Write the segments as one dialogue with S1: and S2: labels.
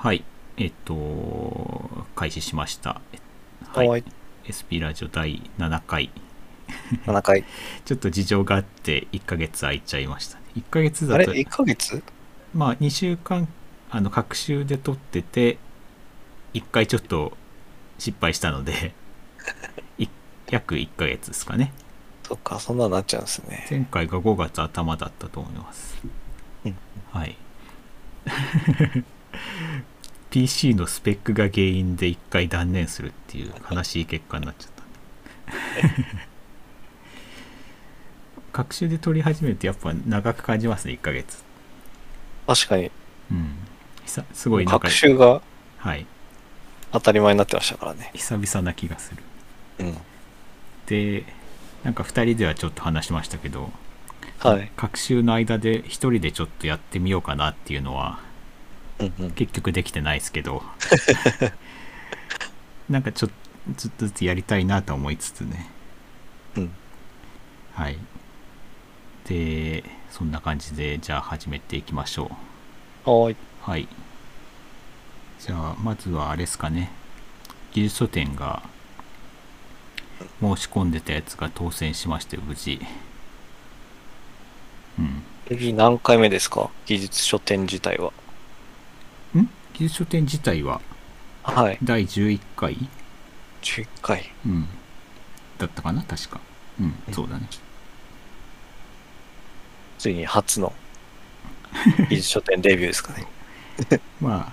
S1: はい。開始しました。はい。
S2: はい。
S1: SP ラジオ第7回。
S2: 7回。
S1: ちょっと事情があって1ヶ月空いちゃいましたね。1ヶ月だ
S2: あれ
S1: と、
S2: ?1 ヶ月。
S1: まあ2週間、隔週で撮ってて、1回ちょっと失敗したので、約1ヶ月ですかね。
S2: そっか、そんなになっちゃうんですね。
S1: 前回が5月頭だったと思います。
S2: うん。
S1: はい。PC のスペックが原因で1回断念するっていう悲しい結果になっちゃった。隔週で撮り始めてやっぱ長く感じますね、1ヶ月。
S2: 確かに、
S1: うん。すごいなんか、
S2: 学習が
S1: はい。
S2: 当たり前になってましたからね。
S1: 久々な気がする。
S2: うん。
S1: で、なんか2人ではちょっと話しましたけど、
S2: はい。
S1: 隔週の間で1人でちょっとやってみようかなっていうのは、
S2: うんうん。
S1: 結局できてないですけど、なんかちょっとずつやりたいなと思いつつね。
S2: うん。
S1: はい。で、そんな感じで、じゃあ始めていきましょ
S2: はい。
S1: う。はい。じゃあ、まずはあれですかね。技術書店が申し込んでたやつが当選しまして、無事。うん。
S2: 次何回目ですか、技術書店自体は。
S1: 技術書店自体は
S2: はい。
S1: 第11回、
S2: 11回。
S1: うん、だったかな確か。うん、
S2: うん。
S1: そうだね。
S2: ついに初の技術書店デビューですかね。
S1: ま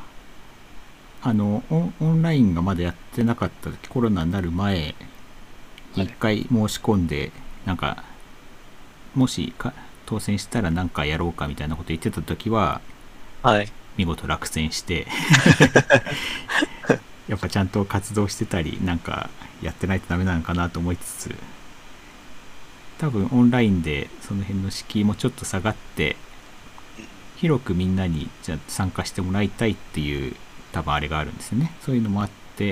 S1: オンラインがまだやってなかった時、コロナになる前に一
S2: はい。
S1: 回申し込んで、なんか、もし当選したらなんかやろうかみたいなこと言ってた時は、
S2: はい。
S1: 見事落選して、やっぱちゃんと活動してたり、なんかやってないとダメなのかなと思いつつ、多分オンラインでその辺の敷居もちょっと下がって、広くみんなにじゃあ参加してもらいたいっていう多分あれがあるんですよね。そういうのもあって、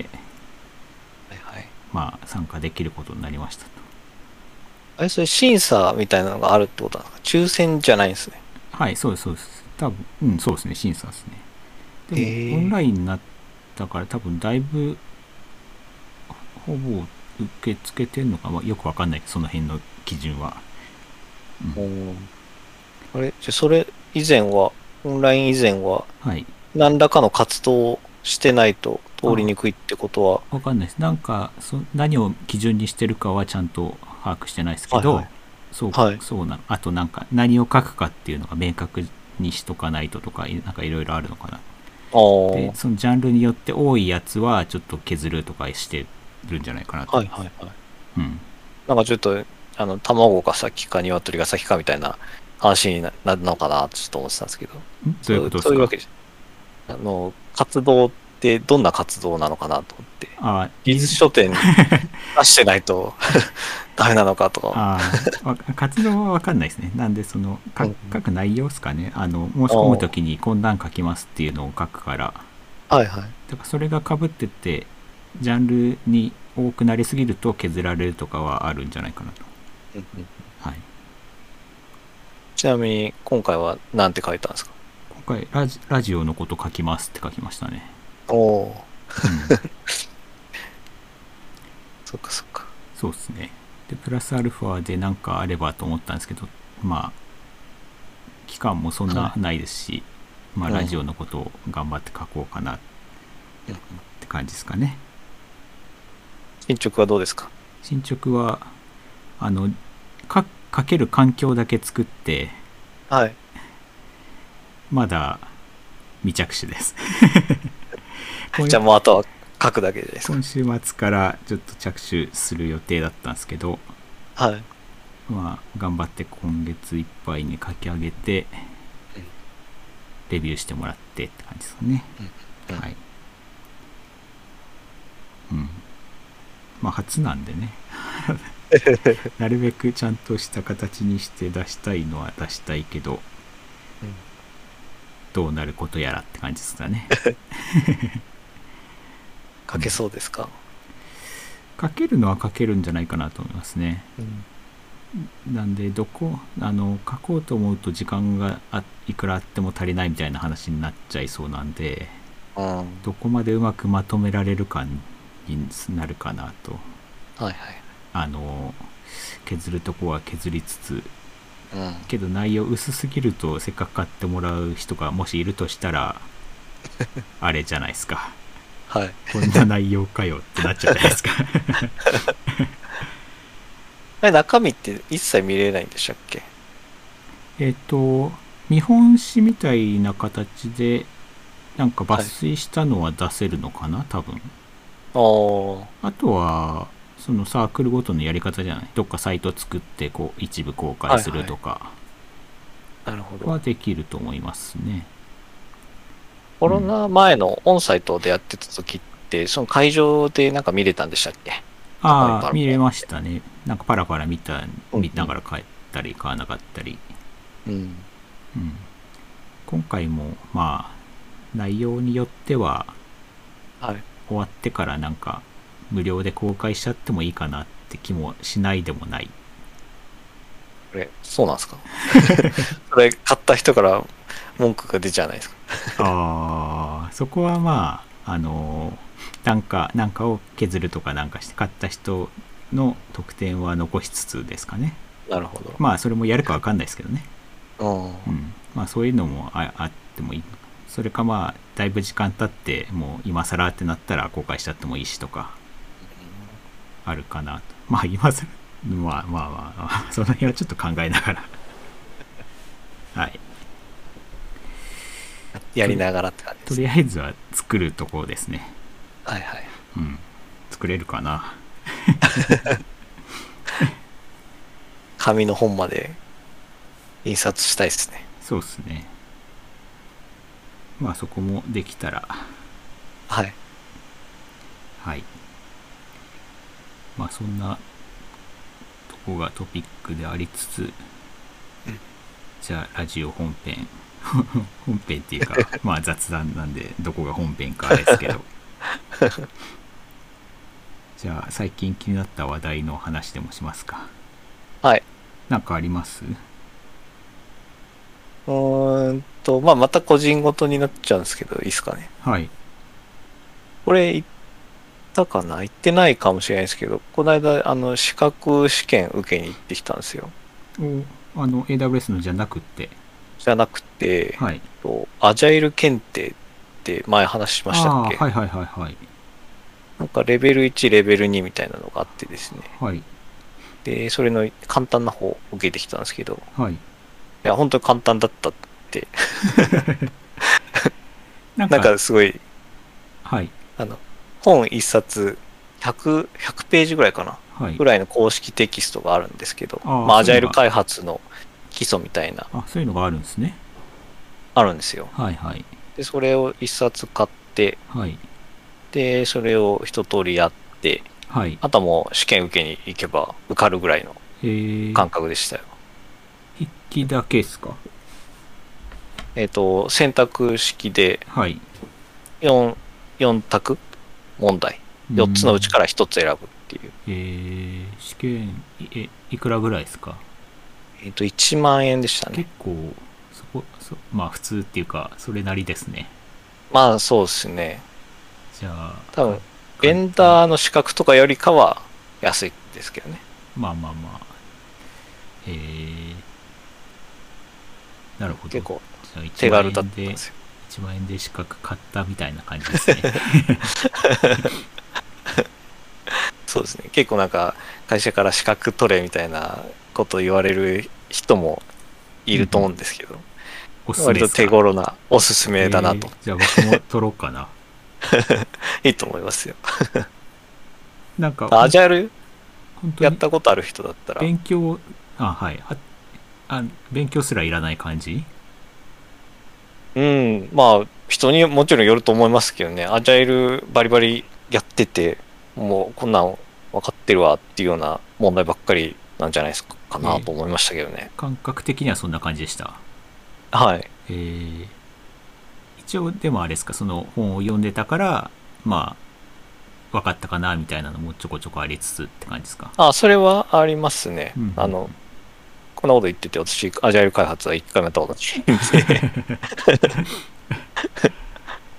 S2: はいはい。
S1: まあ参加できることになりましたと。
S2: あれ、それ審査みたいなのがあるってことなんですか？抽選じゃないんですね。
S1: はい、そうですそうです。多分、うん、そうですね、審査ですね。でもオン
S2: へえ。
S1: ラインになったから多分だいぶほぼ受け付けてんのか、まあ、よくわかんない、その辺の基準は。うん。
S2: うん。あれ、じゃあそれ以前は、オンライン以前は、
S1: はい。
S2: 何らかの活動をしてないと通り
S1: あ、
S2: にくいってことは、
S1: わかんないです。なんか何を基準にしてるかはちゃんと把握してないですけど、
S2: はいはい。はい。
S1: そうなの。あとなんか何を書くかっていうのが明確にしとかないととか、なんかいろいろあるのかな。
S2: ああ、
S1: で、
S2: は
S1: そのジャンルによって多いやつはちょっと削るとかしてるんじゃないかなと
S2: いはい
S1: 思います。
S2: はい。
S1: うん。
S2: なんかちょっと、卵が先か鶏が先かみたいな話になるのかなってちょっと思ってたんですけど、
S1: どういうことですか？
S2: そういうわけです。活動ってどんな活動なのかなと思って、
S1: あ、
S2: 技術書店出してないとダメなのかとか。
S1: 活動は分かんないですね。なんで
S2: うんうん。
S1: 書く内容ですかね。申し込むと
S2: あ
S1: きにこんなん書きますっていうのを書くから、
S2: あ、はいはい。
S1: だからそれがかぶっててジャンルに多くなりすぎると削られるとかはあるんじゃないかなと。
S2: うんうん。
S1: はい。
S2: ちなみに今回は何て書いたんですか？
S1: 今回ラジオのこと書きますって書きましたね。
S2: おおー、
S1: うん。
S2: そっかそっか。
S1: そうですね。でプラスアルファでなんかあればと思ったんですけど、まあ期間もそん
S2: はい。
S1: なないですし、まあ
S2: うん。
S1: ラジオのことを頑張って書こうかなっ
S2: うんうん。
S1: て感じですかね。
S2: 進捗はどうですか？
S1: 進捗はあの書ける環境だけ作って、
S2: はい。
S1: まだ未着手です。今
S2: じゃあもうあとは書くだけじゃないですか。
S1: 今週末からちょっと着手する予定だったんですけど、
S2: はい。
S1: まあ頑張って今月いっぱいに書き上げて
S2: うん。
S1: レビューしてもらってって感じですかね。
S2: うん。うん。
S1: はい。うん。まあ初なんでね、なるべくちゃんとした形にして出したいのは出したいけど、
S2: うん。
S1: どうなることやらって感じですかね。うん。
S2: 書けそうですか？
S1: 書けるのは書けるんじゃないかなと思いますね。
S2: うん。
S1: なんで書こうと思うと時間がいくらあっても足りないみたいな話になっちゃいそうなんで、
S2: あうん。
S1: どこまでうまくまとめられるかになるかなと。
S2: はい
S1: あの削るとこは削りつつ、
S2: はい。うん。
S1: けど内容薄すぎるとせっかく買ってもらう人がもしいるとしたらあれじゃないですか、
S2: はい。
S1: こんな内容かよってなっちゃうじゃないですか。
S2: あれ、中身って一切見れないんでしたっけ？
S1: 見本紙みたいな形でなんか抜
S2: はい。
S1: 粋したのは出せるのかな多分。
S2: おー。
S1: あとはそのサークルごとのやり方じゃない、どっかサイト作ってこう一部公開する
S2: はいはい。
S1: とか
S2: なるほど。
S1: はできると思いますね。
S2: コロ
S1: うん。
S2: ナ前のオンサイトでやってた時って、その会場でなんか見れたんでしたっけ？中身
S1: ああ、
S2: パラパラ。
S1: 見れましたね。なんかパラパラ見なが
S2: うんうん。
S1: ら帰ったり買わなかったり。
S2: うん。
S1: うん。今回もまあ内容によっては
S2: はい。
S1: 終わってからなんか無料で公開しちゃってもいいかなって気もしないでもない。
S2: これ、そうなんですか？それ、買った人から文句が出ちゃわないですか？
S1: ああ、そこはまあなんかを削るとかなんかして買った人の特典は残しつつですかね。
S2: なるほど。
S1: まあそれもやるかわかんないですけどね。
S2: うん。
S1: うん。まあそういうのもあってもいい。それかまあだいぶ時間経ってもう今更ってなったら公開しちゃってもいいしとかあるかなと。まあ今更まあその辺はちょっと考えながらはい。
S2: やりながらって感じで
S1: と
S2: す。
S1: りあえずは作るところですね。
S2: はいはい。
S1: うん。作れるかな。
S2: 紙の本まで印刷したいですね。
S1: そうっすね。まあそこもできたら、
S2: はい。
S1: はい。まあそんなとこがトピックでありつつ、じゃあラジオ本編本編っていうかまあ雑談なんでどこが本編かあれですけど、じゃあ最近気になった話題の話でもしますか。
S2: はい。
S1: なんかあります？
S2: まあ、また個人ごとになっちゃうんですけど、いいですかね。
S1: はい。
S2: これ言ったかな？言ってないかもしれないですけど、この間、資格試験受けに行ってきたんですよ。
S1: AWS のじゃなくって？
S2: じゃなくて、
S1: はい。
S2: アジャイル検定って前話しましたっ
S1: ああ、
S2: け？
S1: はいはいはいはい。
S2: なんかレベル1、レベル2みたいなのがあってですね。
S1: はい。
S2: で、それの簡単な方を受けてきたんですけど、
S1: はい。
S2: いや、本当に簡単だったって、なん
S1: なんか、
S2: かすごい、
S1: はい。
S2: あの、本一冊100ページぐらいかな
S1: はい。
S2: ぐらいの公式テキストがあるんですけど、
S1: ああ、
S2: まあ、ア
S1: そういうのが、
S2: ジャイル開発の基礎みたいな、
S1: そういうのがあるんですね。
S2: あるんですよ。
S1: はいはい。
S2: で、それを一冊買って、
S1: はい。
S2: で、それを一通りやって、
S1: はい。
S2: あとはもう試験受けに行けば受かるぐらいの感覚でしたよ。
S1: 筆記だけですか？
S2: 選択式で
S1: はい。
S2: 4択問題。
S1: うー
S2: 4つのうち
S1: ん。
S2: から1つ選ぶっていう。
S1: 試験、いくらぐらいですか？
S2: 1万円でしたね。
S1: 結構、まあ普通っていうか、それなりですね。
S2: まあそうですね。
S1: じゃあ、
S2: 多分、ベ
S1: 簡単。
S2: ンダーの資格とかよりかは安いですけどね。
S1: まあまあまあ。えー、なるほど。じ
S2: 結構
S1: ゃあ1万
S2: 手軽だっ
S1: 円で、
S2: たんですよ。
S1: 1万円で資格買ったみたいな感じですね。
S2: そうですね。結構なんか会社から資格取れみたいなことを言われる人もいると思うんですけど、
S1: おすすめ
S2: 割と手
S1: ですか？
S2: 頃なおすすめだなと。
S1: じゃあ僕も取ろうかな。
S2: いいと思いますよ。
S1: なんか、
S2: アジャイル
S1: 本当に
S2: やったことある人だったら、
S1: 勉強、はい。勉強すらいらない感じ？
S2: うん、まあ、人にもちろんよると思いますけどね、アジャイルバリバリやってて、もうこんなん分かってるわっていうような問題ばっかりなんじゃないですかなと思いましたけどね。
S1: 感覚的にはそんな感じでした。
S2: はい。
S1: 一応でもあれですか、その本を読んでたから、まあ、分かったかなみたいなのもちょこちょこありつつって感じですか？
S2: あ、それはありますね。
S1: うんうんうん。
S2: こんなこと言ってて、私、アジャイル開発は一回もやったことないんで。
S1: なる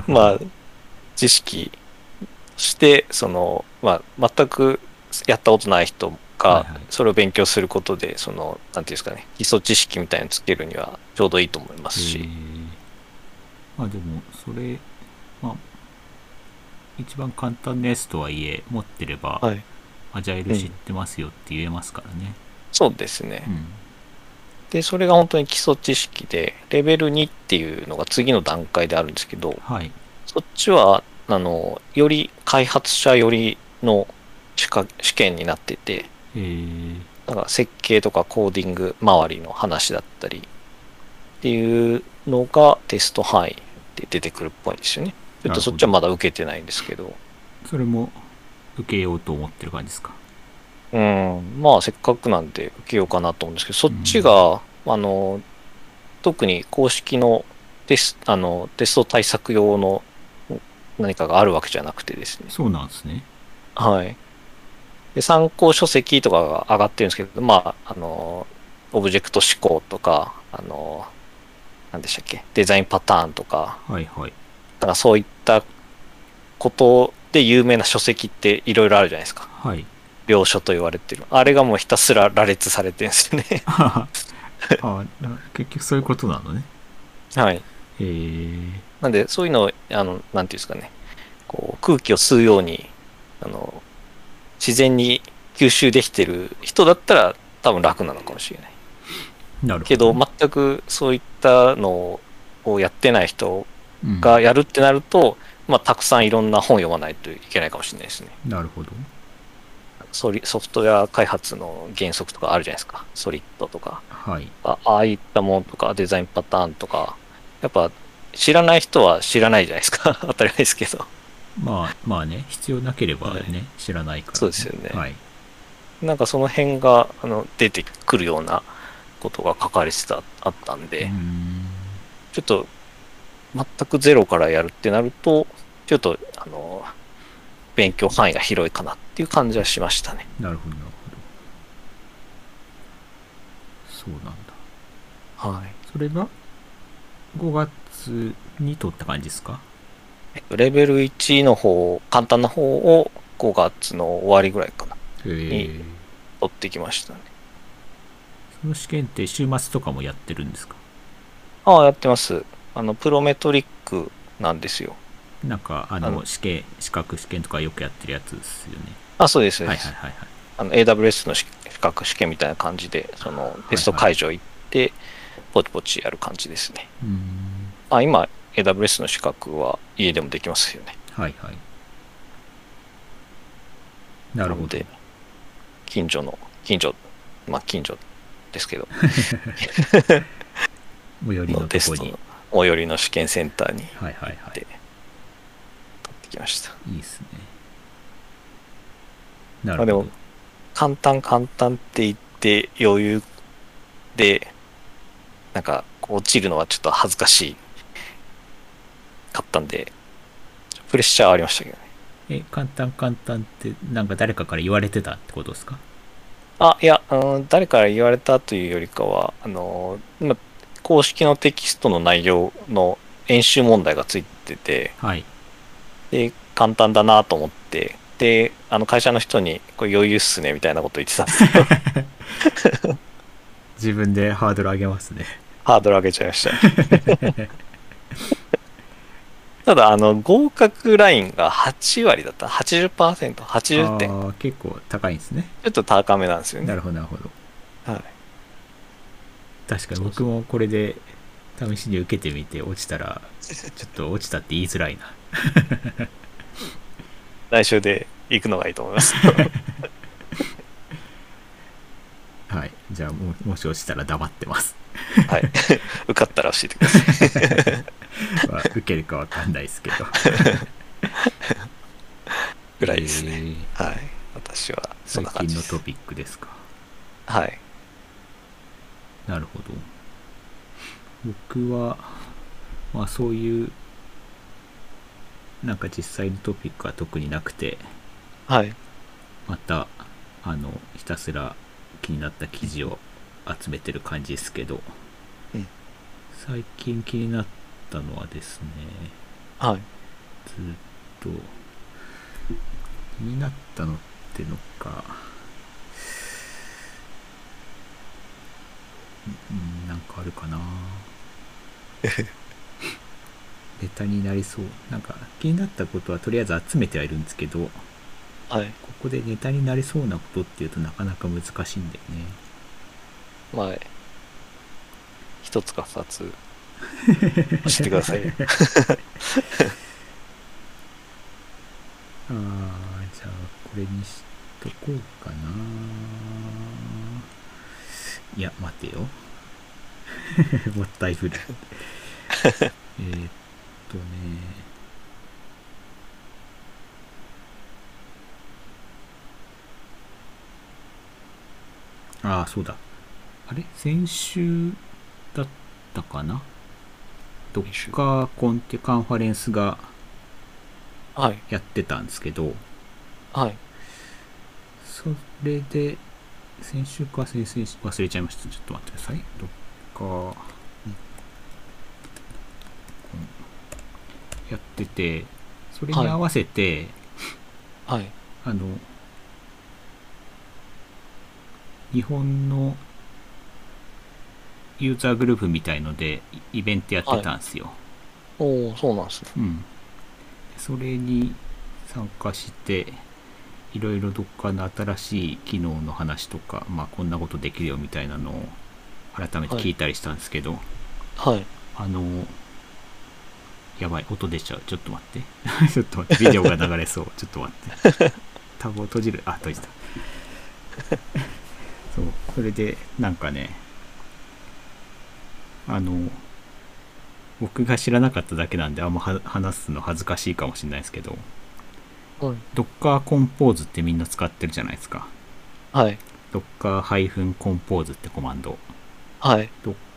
S1: るほど。
S2: まあ、知識して、全くやったことない人が、
S1: はいはい。
S2: それを勉強することで、なんていうんですかね、基礎知識みたいにつけるにはちょうどいいと思いますし。
S1: まあでも、それ、まあ、一番簡単なやつとはいえ、持ってれば、
S2: はい。
S1: アジャイル知っ
S2: うん。
S1: てますよって言えますからね。
S2: そうですね。
S1: うん。
S2: で、それが本当に基礎知識で、レベル2っていうのが次の段階であるんですけど、
S1: はい。
S2: そっちは、より開発者よりの試験になってて、だから設計とかコーディング周りの話だったりっていうのがテスト範囲で出てくるっぽいんですよね。ちょっとそっちは
S1: なるほど。
S2: まだ受けてないんですけど、
S1: それも受けようと思ってる感じですか？
S2: うん、まあせっかくなんで受けようかなと思うんですけど、そっ
S1: うん。
S2: ちが、特に公式のテスト対策用の何かがあるわけじゃなくてですね。
S1: そうなんですね。
S2: はい。で、参考書籍とかが上がってるんですけど、オブジェクト思考とか、何でしたっけ、デザインパターンとか、
S1: はいはい。
S2: だからそういったことで有名な書籍っていろいろあるじゃないですか。
S1: はい。
S2: 領書と言われてる。あれがもうひたすら羅列されてるんですよね。
S1: 結局そういうことなのね。
S2: はい。
S1: えー、
S2: なんで、そういうのを、なんていうんですかね、こう、空気を吸うように、あの、自然に吸収できてる人だったら多分楽なのかもしれない。けど、
S1: なるほどね。
S2: 全くそういったのをやってない人
S1: うん。
S2: がやるってなると、まあ、たくさんいろんな本読まないといけないかもしれないですね。
S1: なるほど。
S2: ソフトウェア開発の原則とかあるじゃないですか。ソリッドとか。
S1: はい。
S2: ああいったものとか、デザインパターンとか、やっぱ知らない人は知らないじゃないですか。当たり前ですけど。
S1: まあ、まあね、必要なければ
S2: はい。
S1: ね、知らないから
S2: そうで
S1: ね。
S2: すよね。
S1: はい。
S2: なんかその辺が、出てくるようなことが書かれてあったん
S1: うー
S2: で、
S1: ん。
S2: ちょっと全くゼロからやるってなると、ちょっと、勉強範囲が広いかなっていう感じはしましたね。
S1: なるほど、なるほど。そうなんだ。
S2: はい。
S1: それが5月に取った感じですか？
S2: レベル1の方、簡単な方を5月の終わりぐらいかな、に
S1: え
S2: 取ってきましたね。
S1: その試験って週末とかもやってるんですか？
S2: ああ、やってます。プロメトリックなんですよ。
S1: なんか、
S2: あの、
S1: 資格試験とかよくやってるやつですよね。
S2: そうです、そう
S1: はい
S2: です。
S1: はいはいはい。
S2: AWS の資格試験みたいな感じで、テスト
S1: はいはい。
S2: 会場行って、ポチポチやる感じですね。
S1: うーん。
S2: 今、AWS の資格は家でもできますよね。
S1: はいはい。なるほど。
S2: なので、近所、まあ近所ですけど、
S1: 最寄り
S2: の
S1: のとこに。
S2: テストの最寄りの試験センターに行っ
S1: はいはいは
S2: て取ってきました。
S1: い。いいっすね。なるほど。
S2: まあでも、簡単って言って余裕で、なんか、こう落ちるのはちょっと恥ずかしかったんで、プレッシャーはありましたけどね。
S1: 簡単簡単ってなんか誰かから言われてたってことですか？
S2: いや、誰から言われたというよりかは、公式のテキストの内容の演習問題がついてて、
S1: はい。
S2: で、簡単だなと思って、で、会社の人に、これ余裕っすね、みたいなこと言ってたんですよ。
S1: 自分でハードル上げますね。
S2: ハードル上げちゃいましたね。ただ、合格ラインが8割だった。80%、80点。ち
S1: ああ、結構高いんですね。
S2: ょっと高めなんですよね。
S1: なるほどなるほど。
S2: はい。
S1: 確かに
S2: そうそう。
S1: 僕もこれで試しに受けてみて落ちたら、ちょっと落ちたって言いづらいな。
S2: 来週で行くのがいいと思います。
S1: はい。じゃあもし落ちたら黙ってます。
S2: はい。受かったら教えてください。
S1: まあ、受けるかわかんないですけど。
S2: ぐらいですね。
S1: ー、
S2: はい。私はそん
S1: 最
S2: な感
S1: 近のト
S2: じです。
S1: ピックですか？
S2: はい。
S1: なるほど。僕は、まあそういう、なんか実際のトピックは特になくて、
S2: はい。
S1: また、ひたすら気になった記事を集めてる感じですけど、
S2: うん。
S1: 最近気になったのはですね、
S2: はい。
S1: ずっと気になったのってのか、なんかあるかな。ネタになりそう。なんか気になったことはとりあえず集めてはいるんですけど、こ
S2: はい。
S1: こでネタになりそうなことっていうとなかなか難しいんだよね。
S2: まあ、一つか二つ教えてくださいよ。
S1: じゃあこれにしとこうかな。いや待てよ。もったいぶる。えーっとね、そうだ。あれ先週だったかな。ドッカーコンテカンファレンスが
S2: はい。
S1: やってたんですけど、
S2: はい。
S1: それで先週か先々週忘れちゃいました。ちょっと待ってください。ドッカーやってて、それに
S2: はい。
S1: 合わせて
S2: はい。
S1: あの日本のユーザーグループみたいのでイベントやって
S2: はい。
S1: たんですよ。
S2: おー、そうなんですね。
S1: うん。それに参加していろいろどっかの新しい機能の話とか、まあこんなことできるよみたいなのを改めて
S2: はい。
S1: 聞いたりしたんですけど、
S2: はい。
S1: あのやばい、音出ちゃう。ちょっと待って。ちょっと待って、ビデオが流れそう。ちょっと待って。タブを閉じる。閉じた。そう。それで、なんかね、あの、僕が知らなかっただけなんで、あんま話すの恥ずかしいかもしれないですけど、
S2: はい。
S1: Docker Compose ってみんな使ってるじゃないですか。
S2: はい。
S1: Docker-Compose ってコマンド。
S2: はい。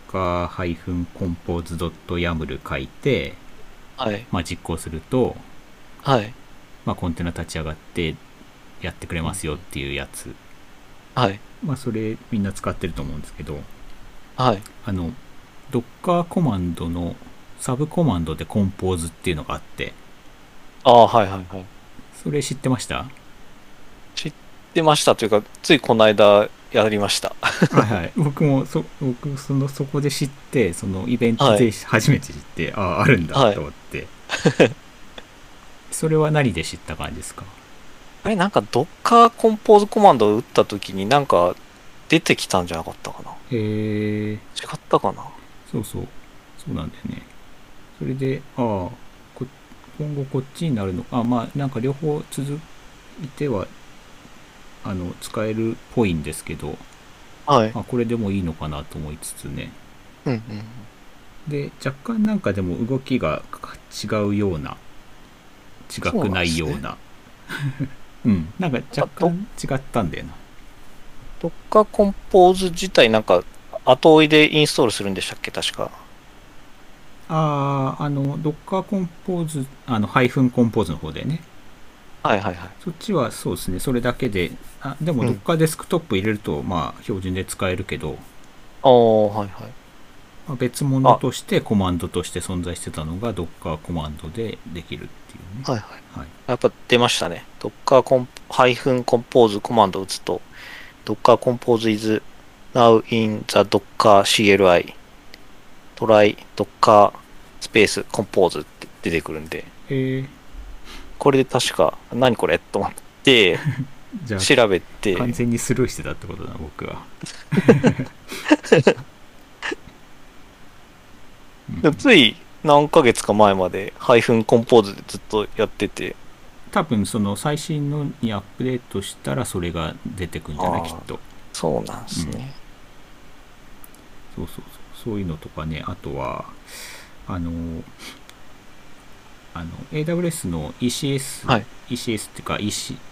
S1: Docker-Compose.yaml 書いて、
S2: はい。
S1: まあ、実行すると、
S2: はい。
S1: まあ、コンテナ立ち上がってやってくれ
S2: うん。
S1: ますよっていうやつ。
S2: はい。
S1: まあ、それみんな使ってると思うんですけど、
S2: はい。
S1: あの、Docker コマンドのサブコマンドで Compose っていうのがあって、
S2: ああ、はいはいはい。
S1: それ知ってました？
S2: 知ってましたというか、ついこの間やりました。
S1: はいはい。僕そこで知って、そのイベントで
S2: はい。
S1: 初めて知って、あるんだ
S2: はい。
S1: と思って。それは何で知った感じですか？
S2: あれ、なんか Docker コンポーズコマンドを打ったときになんか出てきたんじゃなかったかな。違ったかな。
S1: そうそう。そうなんだよね。それで、今後こっちになるの、まあ、なんか両方続いては、使えるっぽいんですけど、
S2: はい。
S1: これでもいいのかなと思いつつね。
S2: うんうん。
S1: で、若干なんかでも動きが違うような、違
S2: そう
S1: くな
S2: なんですね。
S1: いような、うん、なんか若
S2: なんか
S1: 干違ったんだよな。
S2: Docker コンポーズ自体なんか後追いでインストールするんでしたっけ、確か。
S1: Docker Compose、ハイフンコンポーズの方でね。
S2: はいはいはい。
S1: そっちはそうですね、それだけで、でも
S2: うん。
S1: Docker デスクトップ入れると、まあ、標準で使えるけど、
S2: ああ、はいはい。
S1: まあ、別物
S2: あ、
S1: としてコマンドとして存在してたのが Docker コマンドでできるっていうね。
S2: はいはい。
S1: はい。
S2: やっぱ出ましたね。Docker コン、ハイフンコンポーズコマンドを打つと、Docker Compose is now in the Docker CLI try Docker スペース Compose って出てくるんで、
S1: え
S2: これで確か、何これと思って、
S1: じゃあ、
S2: 調べ
S1: 完
S2: て、
S1: 全にスルーしてたってことだ、僕は。
S2: つい何ヶ月か前までハイフンコンポーズでずっとやってて、
S1: 多分、その最新のにアップデートしたらそれが出てくんじゃないきっ
S2: ああ、
S1: と。
S2: そうなんで
S1: うん。
S2: すね。
S1: そうそうそう。そういうのとかね、あとは、あの、AWS の
S2: はい。
S1: ECS っていうか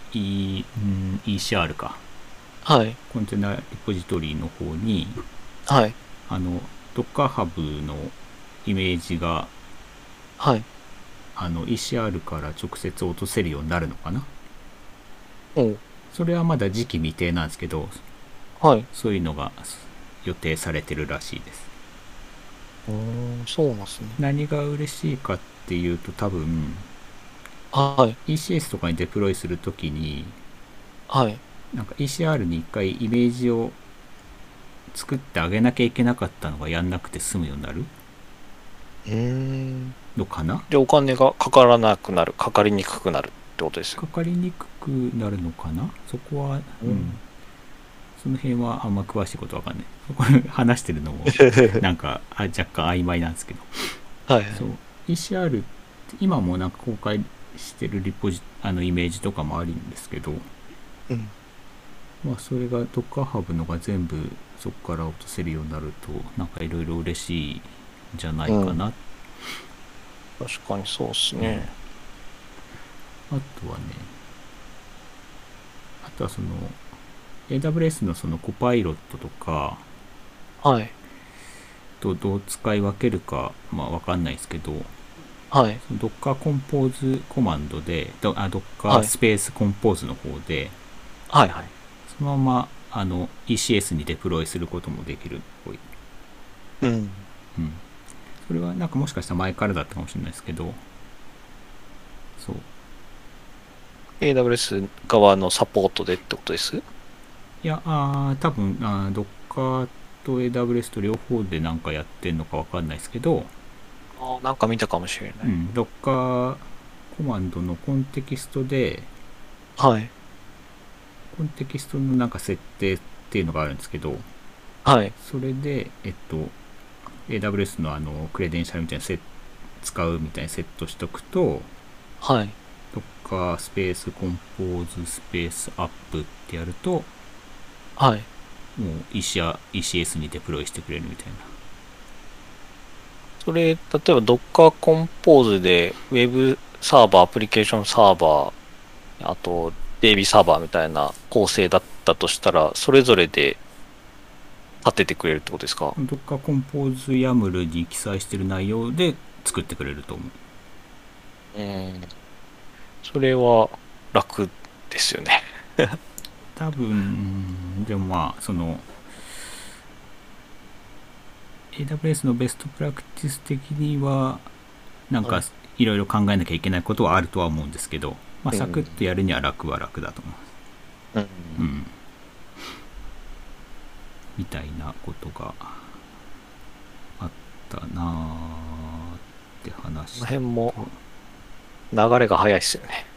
S1: ECR か。
S2: はい。
S1: コンテナリポジトリの方に、
S2: はい。
S1: あの、Docker Hub のイメージが、
S2: はい。
S1: ECR から直接落とせるようになるのかな。
S2: おう。
S1: それはまだ時期未定なんですけど、
S2: はい。
S1: そういうのが予定されてるらしいです。
S2: そうなんですね。
S1: 何が嬉しいかっていうと、多分
S2: はい。
S1: ECS とかにデプロイするときに、
S2: はい。
S1: なんか ECR に一回イメージを作ってあげなきゃいけなかったのがやんなくて済むようになる
S2: うーん。
S1: のかな。
S2: で、お金がかからなくなる、かかりにくくなるってことですよ
S1: かかりにくくなるのかな、そこは。
S2: ね。
S1: その辺はあんま詳しいことわかんない。そこ話してるのもなんか若干曖昧なんですけど、
S2: はいはい。
S1: そう ECR って今もなんか公開してるリポジイメージとかもあるんですけど、
S2: うん。
S1: まあそれが Docker Hub のが全部そこから落とせるようになると、なんかいろいろ嬉しいんじゃないかな。
S2: 確かにそうです
S1: うん、
S2: ね。
S1: あとはね、あとはその AWS のそのコパイロットとか
S2: はい。
S1: とどう使い分けるか、まあわかんないですけど、
S2: はい。
S1: Docker Compose コマンドで、Docker
S2: はい。
S1: スペース Compose の方で、
S2: はい。はい。
S1: そのままECS にデプロイすることもできるっぽい。
S2: うん。
S1: うん。それはなんかもしかしたら前からだったかもしれないですけど、そう。
S2: AWS 側のサポートでってことです？
S1: いや、多分Docker と AWS と両方でなんかやってんのかわかんないですけど、
S2: なんか見たかもしれない。
S1: うん、Docker コマンドのコンテキストで、
S2: はい。
S1: コンテキストのなんか設定っていうのがあるんですけど、
S2: はい。
S1: それで、AWS のクレデンシャルみたいな使うみたいにセットしとくと、
S2: はい。
S1: Docker スペース Compose スペース App ってやると、
S2: はい。
S1: もう ECS にデプロイしてくれるみたいな。
S2: それ、例えば Docker Compose で Web サーバー、アプリケーションサーバー、あと DB サーバーみたいな構成だったとしたら、それぞれで立ててくれるってことですか？
S1: Docker Compose YAML に記載してる内容で作ってくれると思う。
S2: うん。それは楽ですよね。
S1: 多分、でもまあ、その、AWS のベストプラクティス的には、なんか
S2: はい。
S1: いろいろ考えなきゃいけないことはあるとは思うんですけど、まあ、
S2: う
S1: サクッと
S2: ん。
S1: やるには楽は楽だと思います。
S2: うん。
S1: うん。みたいなことがあったなーって
S2: この
S1: 話
S2: 辺も
S1: と、
S2: 流れが早いですよね。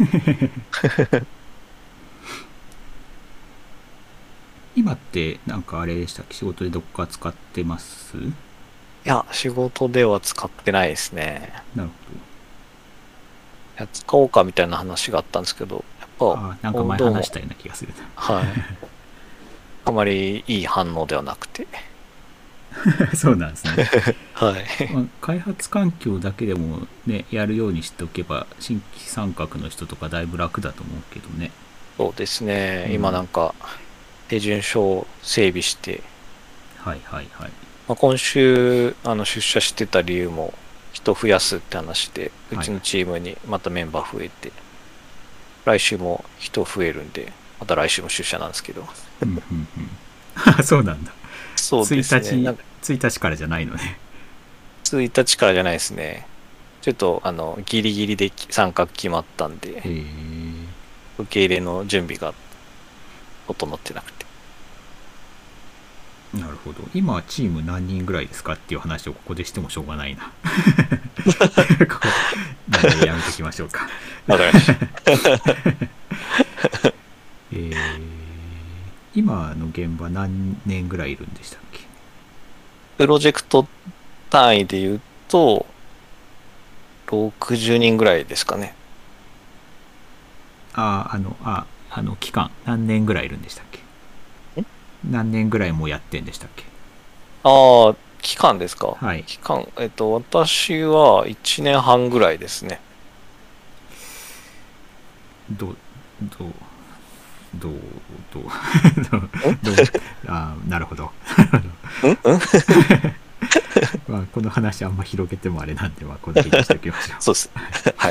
S1: 今ってなんかあれでしたっけ、仕事でどっか使ってます？
S2: いや、仕事では使ってないですね。
S1: なる
S2: いや、使おうかみたいな話があったんですけど、やっぱ、
S1: ほど。なんか前
S2: どうも、
S1: 話したような気がする
S2: はい。あまりいい反応ではなくて。
S1: な。そうなんですね。
S2: はい。
S1: まあ、開発環境だけでもね、やるようにしておけば、新規参画の人とかだいぶ楽だと思うけどね。
S2: そうですね。今
S1: うん。
S2: なんか、手順書を整備して、
S1: はいはいはい。
S2: まあ、今週、出社してた理由も、人増やすって話で、う
S1: はいはい。
S2: ちのチームにまたメンバー増えて、来週も人増えるんで、また来週も出社なんですけど。
S1: うんうんうん。あ、そうなんだ。
S2: そうです
S1: 1
S2: ね。
S1: 日、1日からじゃないのね。
S2: 1日からじゃないですね。ちょっと、ギリギリで参加決まったんで、
S1: へえ。
S2: 受け入れの準備が整ってなくて。
S1: なるほど。今、チーム何人ぐらいですかっていう話をここでしてもしょうがないな。ここなんでやめときましょうか。
S2: わかりました。
S1: えー、今の現場何年ぐらいいるんでしたっけ？
S2: プロジェクト単位で言うと、60人ぐらいですかね。
S1: 期間、何年ぐらいいるんでしたっけ？何年ぐらいもうやってんでしたっけ？
S2: ああ、期間ですか？
S1: はい。
S2: 期間、私は1年半ぐらいですね。
S1: どう、どう、どう、どう、
S2: ん
S1: どう、なるほど。まあ、この話あんま広げてもあれなんで、まあ、この辺にしておきましょう。
S2: そうです。はい。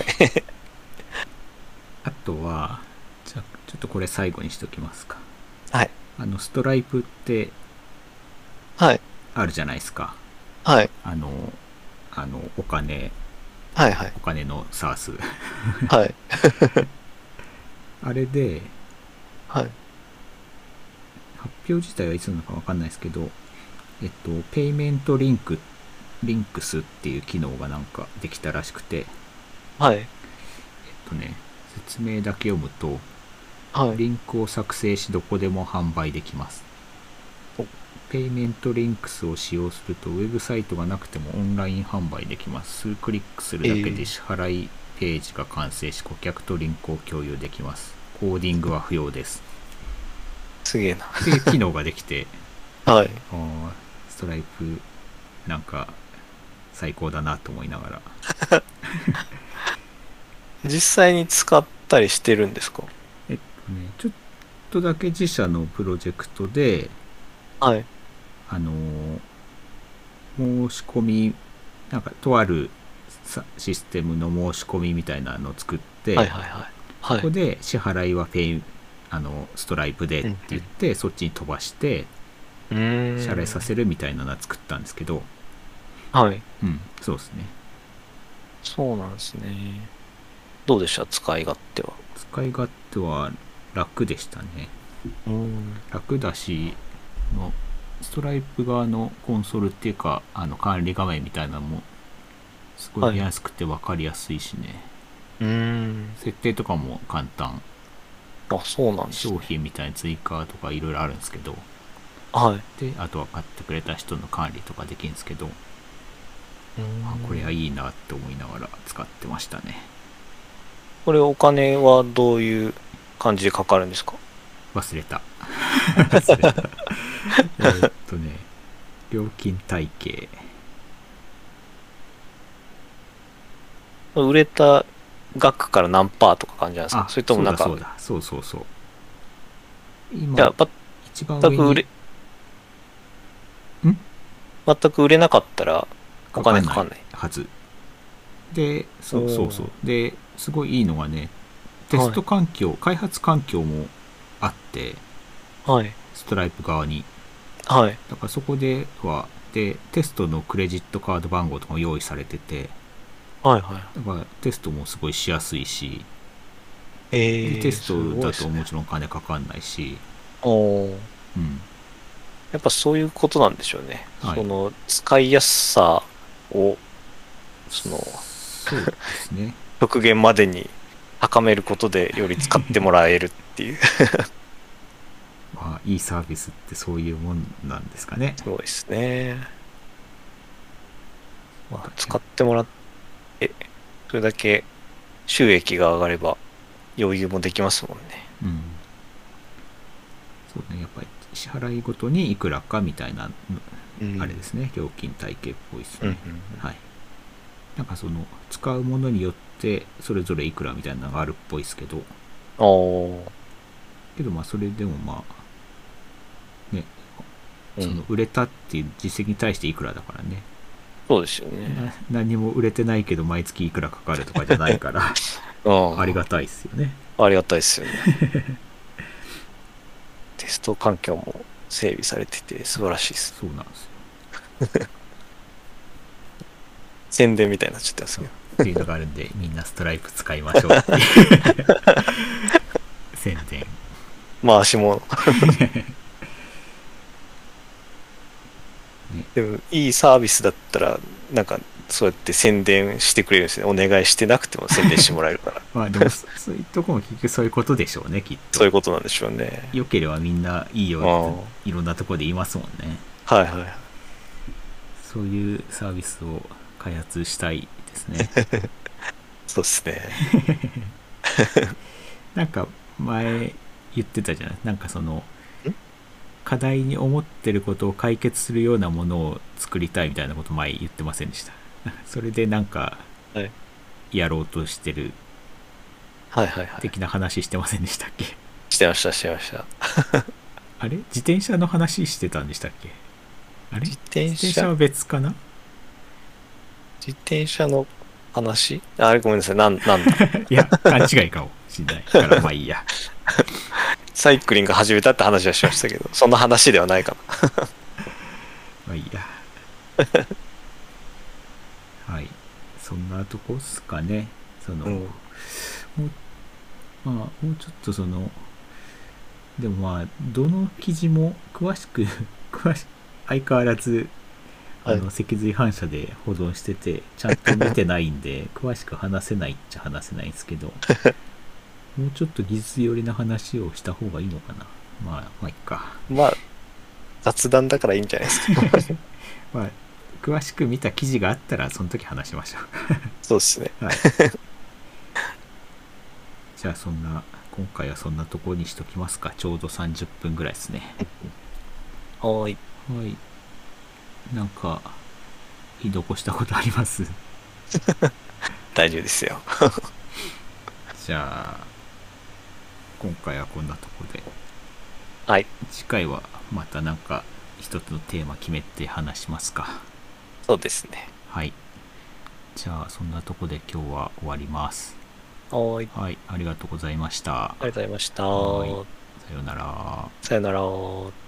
S1: あとは、じゃあ、ちょっとこれ最後にしておきますか。
S2: はい。
S1: ストライプって
S2: はい。
S1: あるじゃないですか。
S2: はい。
S1: あの、お金、
S2: はいはい。
S1: お金のサース。
S2: はい。
S1: あれで、
S2: はい。
S1: 発表自体はいつなのかわかんないですけど、ペイメントリンクスっていう機能がなんかできたらしくて、
S2: はい。
S1: ね、説明だけ読むと、
S2: はい。
S1: リンクを作成しどこでも販売できます。ペイメントリンクスを使用するとウェブサイトがなくてもオンライン販売できます。数クリックするだけで支払いページが完成し、顧客とリンクを共有できます。コーディングは不要です。
S2: すげえな。
S1: っていう機能ができて、
S2: はい。
S1: ストライプなんか最高だなと思いながら。
S2: 実際に使ったりしてるんですか？
S1: ちょっとだけ自社のプロジェクトで、
S2: はい。
S1: あの申し込み、なんかとあるシステムの申し込みみたいなのを作って、
S2: はいはいはい。はい。
S1: そこで支払いはストライプでって
S2: うん
S1: 言って、そっちに飛ばして
S2: うん。う
S1: 支払いさせ
S2: ーん。
S1: るみたいなのは作ったんですけど、
S2: はい。
S1: うん、そうですね。
S2: そうなんですね。どうでした、使い勝手は？
S1: 使い勝手は楽でしたね。
S2: うん。
S1: 楽だし、ストライプ側のコンソールっていうか、管理画面みたいなのもすごい
S2: はい。
S1: 見やすくて分かりやすいしね。
S2: うーん。
S1: 設定とかも簡単。
S2: あ、そうなんです
S1: 商
S2: ね。
S1: 品みたいに追加とかいろいろあるんですけど、
S2: はい。
S1: であとは買ってくれた人の管理とかできるんですけど、
S2: うー
S1: これは
S2: ん。
S1: いいなって思いながら使ってましたね。
S2: これお金はどういう感じでかかるんですか？
S1: 忘れた。忘れた。ね、料金体系。
S2: 売れた額から何パーとか感じなんですか？
S1: あ、
S2: それとも
S1: そう
S2: なんか、
S1: だそうだ。そうそうそう。今、
S2: いや、
S1: 一番上に、
S2: 全く売れ、
S1: ん
S2: 全く売れなかったらお
S1: かかんない
S2: 金かかんない？
S1: はず。で、
S2: お
S1: そうそうそう。
S2: ー。
S1: で、すごいいいのがね、テス
S2: はい。
S1: ト環境、開発環境もあって、
S2: はい。
S1: ストライプ側に。
S2: はい。
S1: だからそこでは、で、テストのクレジットカード番号とかも用意されてて、
S2: はいはい。
S1: だからテストもすごいしやすいし、で、テ
S2: えー、
S1: ス
S2: す
S1: トだと
S2: ごいですね。
S1: もちろん金かかんないし、
S2: おー。
S1: うん。
S2: やっぱそういうことなんでしょうね。
S1: はい。
S2: その、使いやすさを、その、
S1: そうですね。
S2: 極限までに高めることでより使ってもらえるっていう。
S1: まあ、いいサービスってそういうもんなんですかね。
S2: すごいですね。まあ、使
S1: なんかね、
S2: ってもらって、それだけ収益が上がれば余裕もできますもんね。
S1: うん。そうね、やっぱり支払いごとにいくらかみたいな、
S2: うん。
S1: あれですね、料金体系っぽいです
S2: うんうん
S1: ね。はい。なんかその、使うものによって、それぞれいくらみたいなのがあるっぽいですけど、
S2: うん。おー。
S1: けどまあ、それでもまあ、ね、
S2: うん。
S1: その、売れたっていう実績に対していくらだからね。
S2: そうですよね。
S1: 何も売れてないけど、毎月いくらかかるとかじゃないから、
S2: うん。
S1: ありがたいですよね。
S2: ありがたいですよね。テスト環境も整備されてて素晴らしいですね。
S1: そうなんですよ。
S2: 宣伝みたいになっちゃってます
S1: そう。
S2: けど。
S1: っていうのがあるんで、みんなストライプ使いましょうっていう宣伝。
S2: 回しも。
S1: ね。
S2: でも、いいサービスだったら、なんか、そうやって宣伝してくれるんですね。お願いしてなくても宣伝してもらえるから。
S1: まあでも、そういうとこも結局そういうことでしょうね、きっと。
S2: そういうことなんでしょうね。
S1: 良ければみんないいよって
S2: うん。は
S1: いろんなところで言いますもんね。
S2: いはいはい。
S1: そういうサービスを開発したいですね。
S2: そうですね。
S1: なんか前言ってたじゃない、なんかその
S2: ん。
S1: 課題に思ってることを解決するようなものを作りたいみたいなこと前言ってませんでした？それでなんか
S2: はい。
S1: やろうとしてる
S2: はいはいはい。
S1: 的な話してませんでしたっけ？
S2: してました、してました。
S1: あれ自転車の話してたんでしたっけ？あれ
S2: 自転車
S1: 自転車は別かな？
S2: 自転車の話、あれごめんなさい。なんだ。
S1: いや、勘違いかもしんないからまあいいや。
S2: サイクリング始めたって話はしましたけど、そんな話ではないかな。
S1: まあいいや。 そんなとこっすかね。その、
S2: うん。
S1: もう、まあ、もうちょっとその、でもまあ、どの記事も詳しく相変わらず、
S2: はい。
S1: 脊髄反射で保存してて、ちゃんと見てないんで、詳しく話せないっちゃ話せないんですけど、もうちょっと技術寄りな話をした方がいいのかな。まあ、いっか。
S2: まあ、雑談だからいいんじゃないですか。
S1: まあ、詳しく見た記事があったら、その時話しましょ
S2: そうですね。
S1: う。はい。じゃあ、今回はそんなところにしときますか。ちょうど30分ぐらいですね。
S2: はーい。
S1: はい。なんか、言い残したことあります？
S2: 大丈夫ですよ。
S1: じゃあ、今回はこんなところで。
S2: はい。
S1: 次回はまたなんか、一つのテーマ決めて話しますか。
S2: そうですね。
S1: はい。じゃあ、そんなところで今日は終わります。
S2: はーい。
S1: はい。ありがとうございました。
S2: ありがとうございまし
S1: はい。
S2: た。
S1: さようなら。
S2: さよなら。